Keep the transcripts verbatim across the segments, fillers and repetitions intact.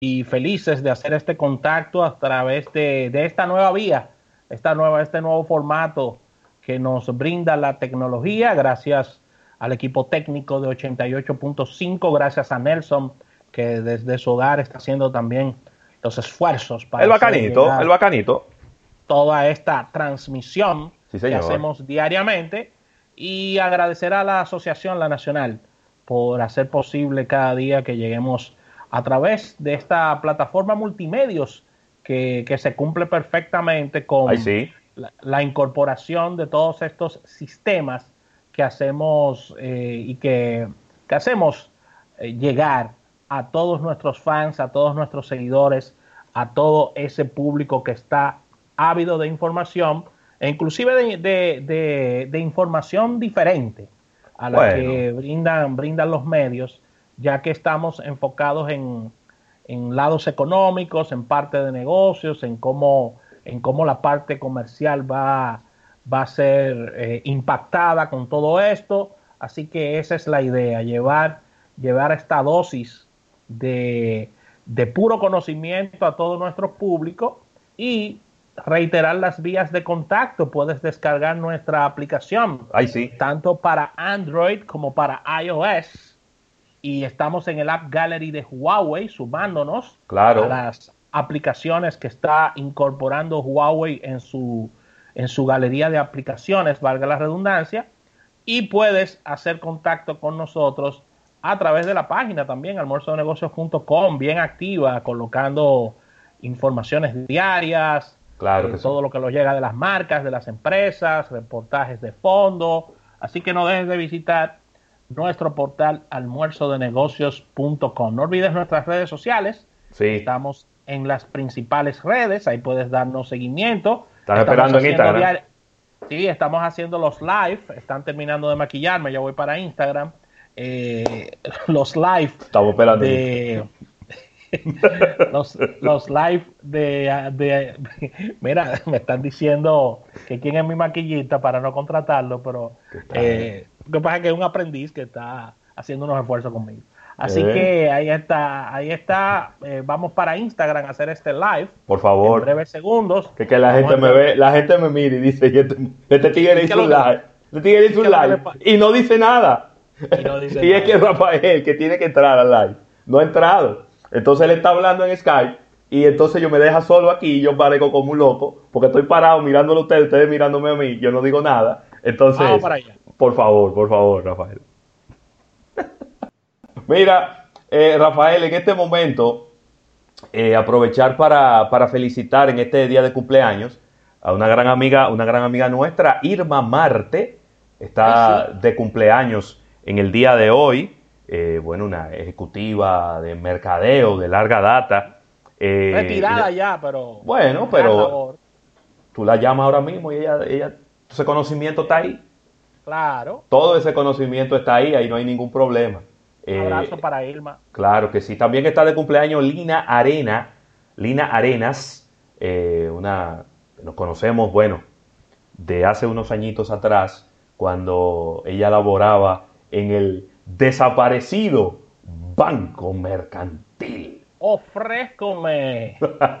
y felices de hacer este contacto a través de, de esta nueva vía, esta nueva, este nuevo formato que nos brinda la tecnología, gracias al equipo técnico de ochenta y ocho punto cinco, gracias a Nelson, que desde su hogar está haciendo también los esfuerzos El para hacer bacanito, el llegar bacanito. toda esta transmisión Sí, que señor. hacemos diariamente, y agradecer a la Asociación La Nacional por hacer posible cada día que lleguemos a través de esta plataforma multimedios que, que se cumple perfectamente Ahí con sí. la, la incorporación de todos estos sistemas que hacemos eh, y que, que hacemos eh, llegar a todos nuestros fans, a todos nuestros seguidores, a todo ese público que está ávido de información e inclusive de, de, de, de información diferente a la Bueno, que brindan, brindan los medios, ya que estamos enfocados en, en lados económicos, en parte de negocios, en cómo, en cómo la parte comercial va, va a ser eh, impactada con todo esto. Así que esa es la idea, llevar, llevar esta dosis de, de puro conocimiento a todo nuestro público y reiterar las vías de contacto. Puedes descargar nuestra aplicación ahí sí. tanto para Android como para iOS, y estamos en el App Gallery de Huawei, sumándonos a Claro. las aplicaciones que está incorporando Huawei en su, en su galería de aplicaciones, valga la redundancia, y puedes hacer contacto con nosotros a través de la página también, almuerzo de negocios punto com, bien activa, colocando informaciones diarias, Claro eh, que sí. todo lo que nos llega de las marcas, de las empresas, reportajes de fondo. Así que no dejes de visitar nuestro portal almuerzo de negocios punto com. No olvides nuestras redes sociales. Sí. Estamos en las principales redes, ahí puedes darnos seguimiento. Están Estamos esperando en haciendo Instagram. diari- Sí, estamos haciendo los live, están terminando de maquillarme, ya voy para Instagram. Eh, los live Estamos esperando en de los, los live de, de mira, me están diciendo que quién es mi maquillista para no contratarlo, pero eh, lo que pasa es que es un aprendiz que está haciendo unos esfuerzos conmigo. Así Eh, que ahí está, ahí está. Eh, vamos para Instagram a hacer este live Por en favor. breves segundos. Que, que la Vamos gente a me enviar- ve, la gente me mira y dice, "Y este, este tigre ¿Y qué hizo es lo un que- live. Este tigre hizo qué un es lo que le live. pa- Y no dice nada. Y no dice Y es nada. que Rafael, que tiene que entrar al live, no ha entrado. Entonces él está hablando en Skype y entonces yo me deja solo aquí y yo parezco como un loco porque estoy parado mirándolo a ustedes, ustedes mirándome a mí, yo no digo nada. Entonces, Vamos para allá. por favor, por favor, Rafael. Mira, eh, Rafael, en este momento, eh, aprovechar para, para felicitar en este día de cumpleaños a una gran amiga, una gran amiga nuestra, Irma Marte, está Ay, sí. de cumpleaños en el día de hoy. Eh, bueno, una ejecutiva de mercadeo de larga data. Eh, Retirada y- ya, pero Bueno, gran pero labor. tú la llamas ahora mismo y ella, ella, ese conocimiento está ahí. Claro. Todo ese conocimiento está ahí, ahí no hay ningún problema. Un abrazo Eh, para Irma. Claro que sí. También está de cumpleaños Lina Arena, Lina Arenas, eh, una nos conocemos, bueno, de hace unos añitos atrás, cuando ella laboraba en el desaparecido Banco Mercantil. Ofrézcome.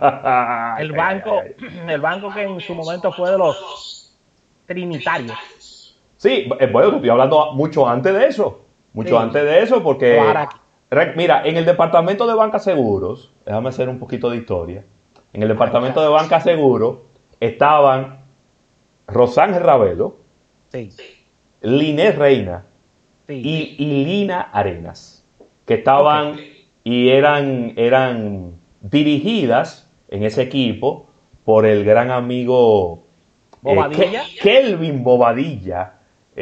El banco, el banco que en su momento fue de los trinitarios. Sí, eh, bueno, te estoy hablando mucho antes de eso. Mucho Sí. antes de eso, porque. Trabajar aquí. Re- Mira, en el departamento de Banca Seguros, déjame hacer un poquito de historia. En el departamento de Banca Seguros estaban Rosángel Ravelo, Sí, Liné Reina sí. y, y Lina Arenas, que estaban y eran, eran dirigidas en ese equipo por el gran amigo eh, Bobadilla. Ke- Kelvin Bobadilla,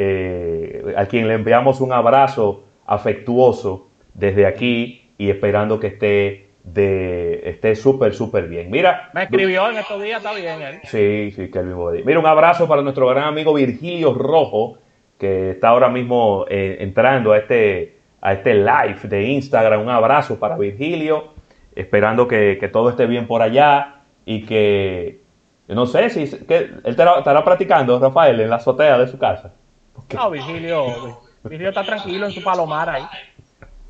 eh, a quien le enviamos un abrazo afectuoso desde aquí y esperando que esté de esté súper, súper bien. Mira, Me escribió en estos días, está bien él. sí, sí, Kelvin Bobadilla. Mira, un abrazo para nuestro gran amigo Virgilio Rojo, que está ahora mismo eh, entrando a este, a este live de Instagram. Un abrazo para Virgilio, esperando que, que todo esté bien por allá y que, no sé si que él estará, estará practicando, Rafael, en la azotea de su casa. Porque- No, Virgilio, Virgilio está tranquilo en su palomar ahí.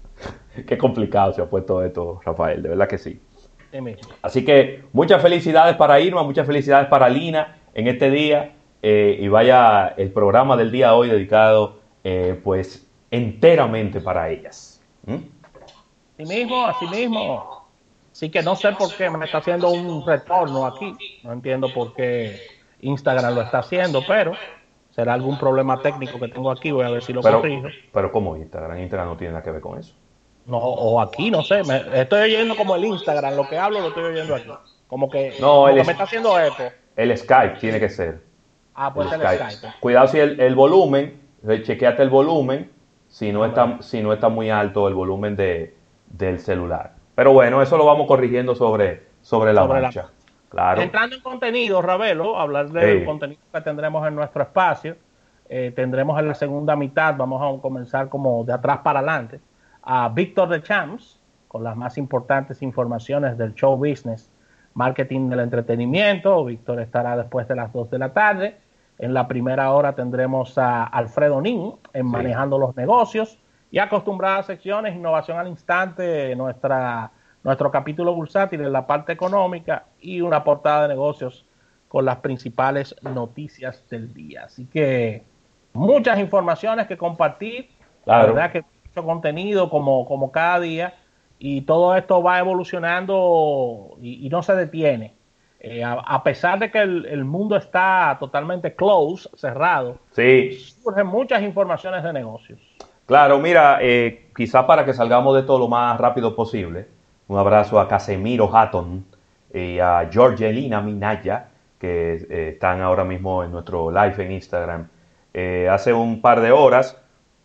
Qué complicado se ha puesto esto, Rafael, de verdad que sí. Sí mismo. Así que muchas felicidades para Irma, muchas felicidades para Lina en este día. Eh, y vaya el programa del día de hoy dedicado eh, pues enteramente para ellas. ¿Mm? Así mismo, así mismo. Así que no sé por qué me está haciendo un retorno aquí. No entiendo por qué Instagram lo está haciendo, pero será algún problema técnico que tengo aquí. Voy a ver si lo Pero, corrijo. pero ¿cómo Instagram? Instagram no tiene nada que ver con eso. No, o aquí, no sé. Me, estoy oyendo como el Instagram. Lo que hablo lo estoy oyendo aquí. Como que, No, como el, que me está haciendo eco. el Skype tiene que ser. Ah, El pues el Skype. Skype. Cuidado si el, el volumen, chequeate el volumen, si no, Déjame ver. está, si no está muy alto el volumen de, del celular. Pero bueno, eso lo vamos corrigiendo sobre, sobre la Sobre la marcha. Claro. Entrando en contenido, Ravelo, hablar del Hey, contenido que tendremos en nuestro espacio. Eh, tendremos en la segunda mitad, vamos a comenzar como de atrás para adelante, a Víctor de Champs, con las más importantes informaciones del show business, marketing del entretenimiento. Víctor estará después de las dos de la tarde. En la primera hora tendremos a Alfredo Nin en sí. Manejando los Negocios y acostumbradas secciones, innovación al instante, nuestra nuestro capítulo bursátil en la parte económica y una portada de negocios con las principales noticias del día. Así que muchas informaciones que compartir, la Claro. verdad que mucho contenido como, como cada día, y todo esto va evolucionando y, y no se detiene. Eh, a, a, pesar de que el, el mundo está totalmente close, cerrado, Sí. surgen muchas informaciones de negocios. Claro, mira, eh, quizá para que salgamos de esto lo más rápido posible, un abrazo a Casemiro Hatton y a Georgelina Minaya, que eh, están ahora mismo en nuestro live en Instagram. Eh, hace un par de horas,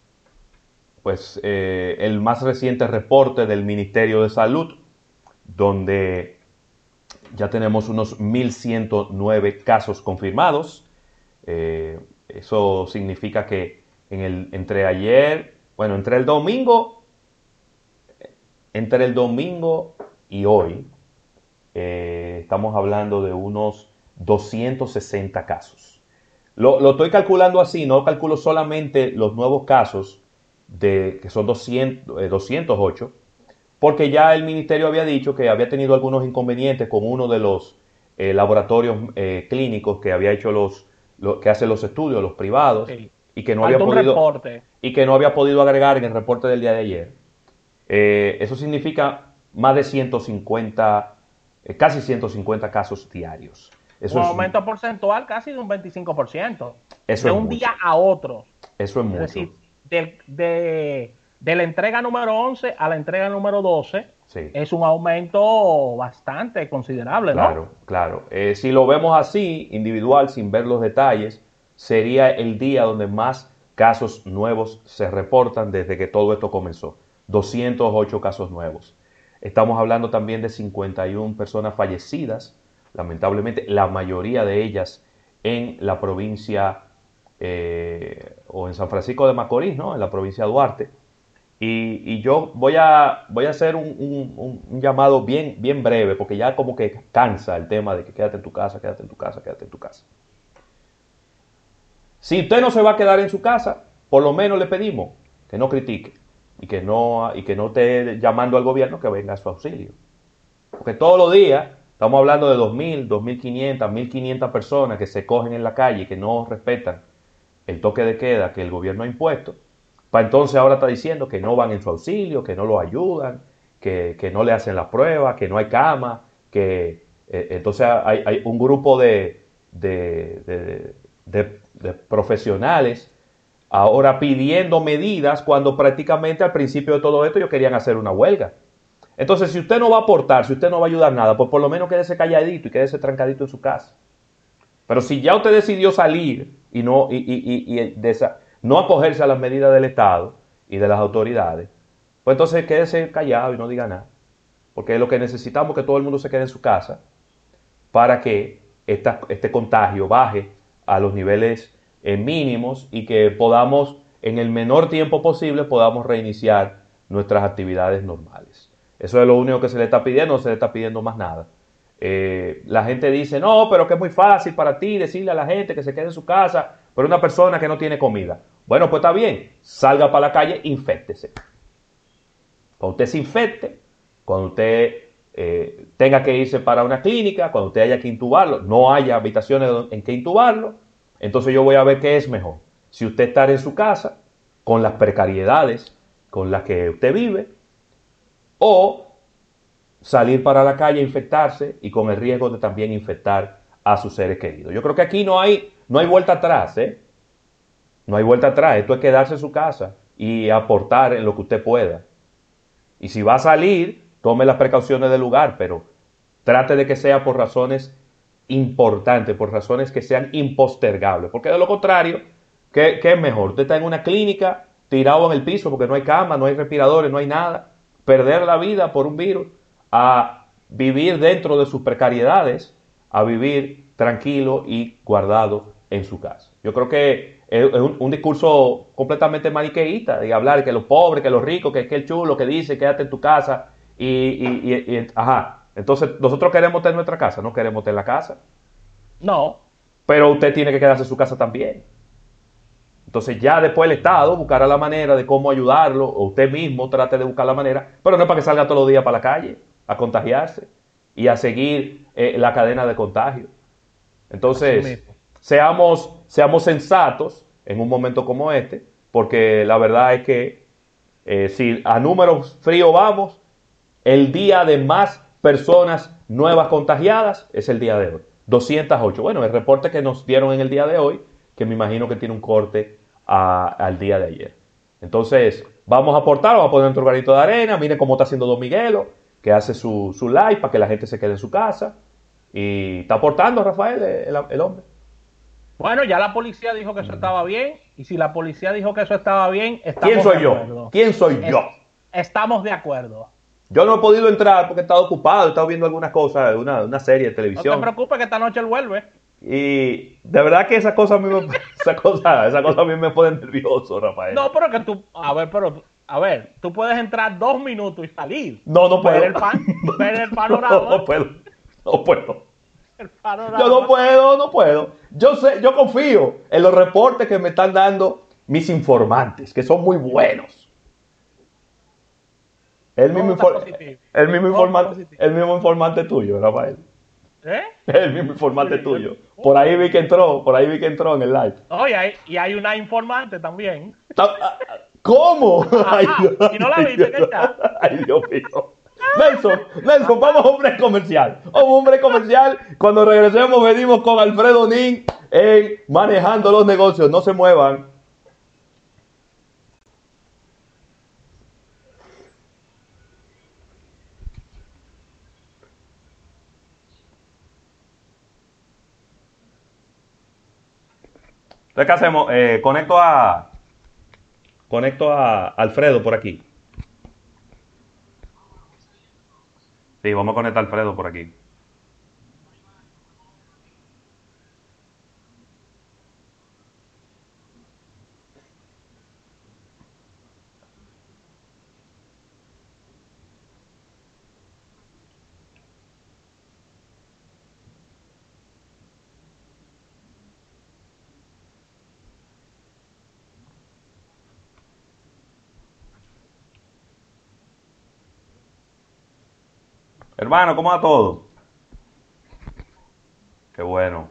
pues eh, el más reciente reporte del Ministerio de Salud, donde ya tenemos unos mil ciento nueve casos confirmados. Eh, eso significa que en el, entre ayer, bueno, entre el domingo, entre el domingo y hoy, eh, estamos hablando de unos doscientos sesenta casos. Lo, lo, estoy calculando así, no calculo solamente los nuevos casos, de, que son doscientos, eh, doscientos ocho, porque ya el ministerio había dicho que había tenido algunos inconvenientes con uno de los eh, laboratorios eh, clínicos que había hecho los, lo, que hace los estudios, los privados, Sí. y que no Falta había un podido reporte. y que no había podido agregar en el reporte del día de ayer. Eh, eso significa más de ciento cincuenta, eh, casi ciento cincuenta casos diarios. Eso Un es, aumento porcentual casi de un veinticinco por ciento. eso De es un mucho. día a otro. Eso es Es mucho. decir, de, de, de la entrega número once a la entrega número doce, Sí. es un aumento bastante considerable, ¿no? Claro, claro. Eh, si lo vemos así, individual, sin ver los detalles, sería el día donde más casos nuevos se reportan desde que todo esto comenzó. doscientos ocho casos nuevos. Estamos hablando también de cincuenta y una personas fallecidas, lamentablemente la mayoría de ellas en la provincia eh, o en San Francisco de Macorís, ¿no? En la provincia de Duarte. Y, y yo voy a, voy a hacer un, un, un, llamado bien, bien breve, porque ya como que cansa el tema de que quédate en tu casa, quédate en tu casa, quédate en tu casa. Si usted no se va a quedar en su casa, por lo menos le pedimos que no critique y que no, y que no esté llamando al gobierno que venga a su auxilio. Porque todos los días estamos hablando de dos mil, dos mil quinientas, mil quinientas personas que se cogen en la calle y que no respetan el toque de queda que el gobierno ha impuesto. Para entonces ahora está diciendo que no van en su auxilio, que no lo ayudan, que, que no le hacen las pruebas, que no hay cama, que eh, entonces hay, hay, un grupo de, de, de, de, de profesionales ahora pidiendo medidas cuando prácticamente al principio de todo esto ellos querían hacer una huelga. Entonces, si usted no va a aportar, si usted no va a ayudar nada, pues por lo menos quédese calladito y quédese trancadito en su casa. Pero si ya usted decidió salir y no, y, y, y, y de esa, no acogerse a las medidas del Estado y de las autoridades, pues entonces quédese callado y no diga nada. Porque lo que necesitamos es que todo el mundo se quede en su casa para que esta, este contagio baje a los niveles eh, mínimos y que podamos, en el menor tiempo posible, podamos reiniciar nuestras actividades normales. Eso es lo único que se le está pidiendo, no se le está pidiendo más nada. Eh, la gente dice, no, pero que es muy fácil para ti decirle a la gente que se quede en su casa, pero una persona que no tiene comida. Bueno, pues está bien, salga para la calle, inféctese. Cuando usted se infecte, cuando usted eh, tenga que irse para una clínica, cuando usted haya que intubarlo, no haya habitaciones en que intubarlo, entonces yo voy a ver qué es mejor. Si usted estar en su casa, con las precariedades con las que usted vive, o salir para la calle a infectarse y con el riesgo de también infectar a sus seres queridos. Yo creo que aquí no hay, no hay vuelta atrás, ¿eh? No hay vuelta atrás. Esto es quedarse en su casa y aportar en lo que usted pueda. Y si va a salir, tome las precauciones del lugar, pero trate de que sea por razones importantes, por razones que sean impostergables. Porque de lo contrario, ¿qué, qué es mejor? Usted está en una clínica, tirado en el piso porque no hay cama, no hay respiradores, no hay nada. Perder la vida por un virus, a vivir dentro de sus precariedades, a vivir tranquilo y guardado en su casa. Yo creo que es un, un discurso completamente maniqueísta de hablar que los pobres, que los ricos, que, que el chulo, que dice quédate en tu casa y, y, y, y ajá. Entonces nosotros queremos estar en nuestra casa, no queremos estar en la casa. No. Pero usted tiene que quedarse en su casa también. Entonces ya después el Estado buscará la manera de cómo ayudarlo, o usted mismo trate de buscar la manera, pero no es para que salga todos los días para la calle a contagiarse y a seguir eh, la cadena de contagio. Entonces, seamos, seamos sensatos en un momento como este, porque la verdad es que eh, si a números fríos vamos, el día de más personas nuevas contagiadas es el día de hoy, doscientas ocho. Bueno, el reporte que nos dieron en el día de hoy, que me imagino que tiene un corte a, al día de ayer. Entonces, vamos a aportar, vamos a poner nuestro granito de arena. Miren cómo está haciendo Don Miguelo, que hace su, su live para que la gente se quede en su casa. Y está aportando, Rafael, el, el hombre. Bueno, ya la policía dijo que eso estaba bien. Y si la policía dijo que eso estaba bien, estamos ¿Quién soy de yo? acuerdo. ¿Quién soy Es, yo? Estamos de acuerdo. Yo no he podido entrar porque he estado ocupado, he estado viendo algunas cosas, una, una serie de televisión. No te preocupes que esta noche él vuelve. Y de verdad que esa cosa a mí me, esa cosa, esa cosa a mí me pone nervioso, Rafael. No, pero que tú, a ver, pero, a ver, tú puedes entrar dos minutos y salir. No, no puedo. Ver el, pan, ver el panorama. No, no puedo, no puedo. El panorama. Yo no puedo, no puedo. Yo sé, yo confío en los reportes que me están dando mis informantes, que son muy buenos. El mismo, infor el, mismo informante, el mismo informante tuyo, Rafael. ¿Eh? El mismo informante sí, tuyo. Por ahí vi que entró, por ahí vi que entró en el live. Oh, y, hay, y hay una informante también. ¿Cómo? Ajá, ay, Dios, y no la viste que está. Ay, Dios mío. Nelson, Nelson, vamos a un break comercial. Vamos a un break comercial. Cuando regresemos venimos con Alfredo Nin en Manejando los Negocios. No se muevan. Entonces, ¿qué hacemos? Eh, conecto a conecto a Alfredo por aquí. Sí, vamos a conectar a Alfredo por aquí. Hermano, ¿cómo va todo? Qué bueno.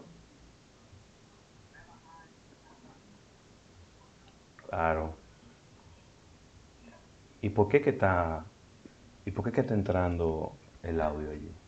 Claro. ¿Y por qué que está, y por qué que está entrando el audio allí?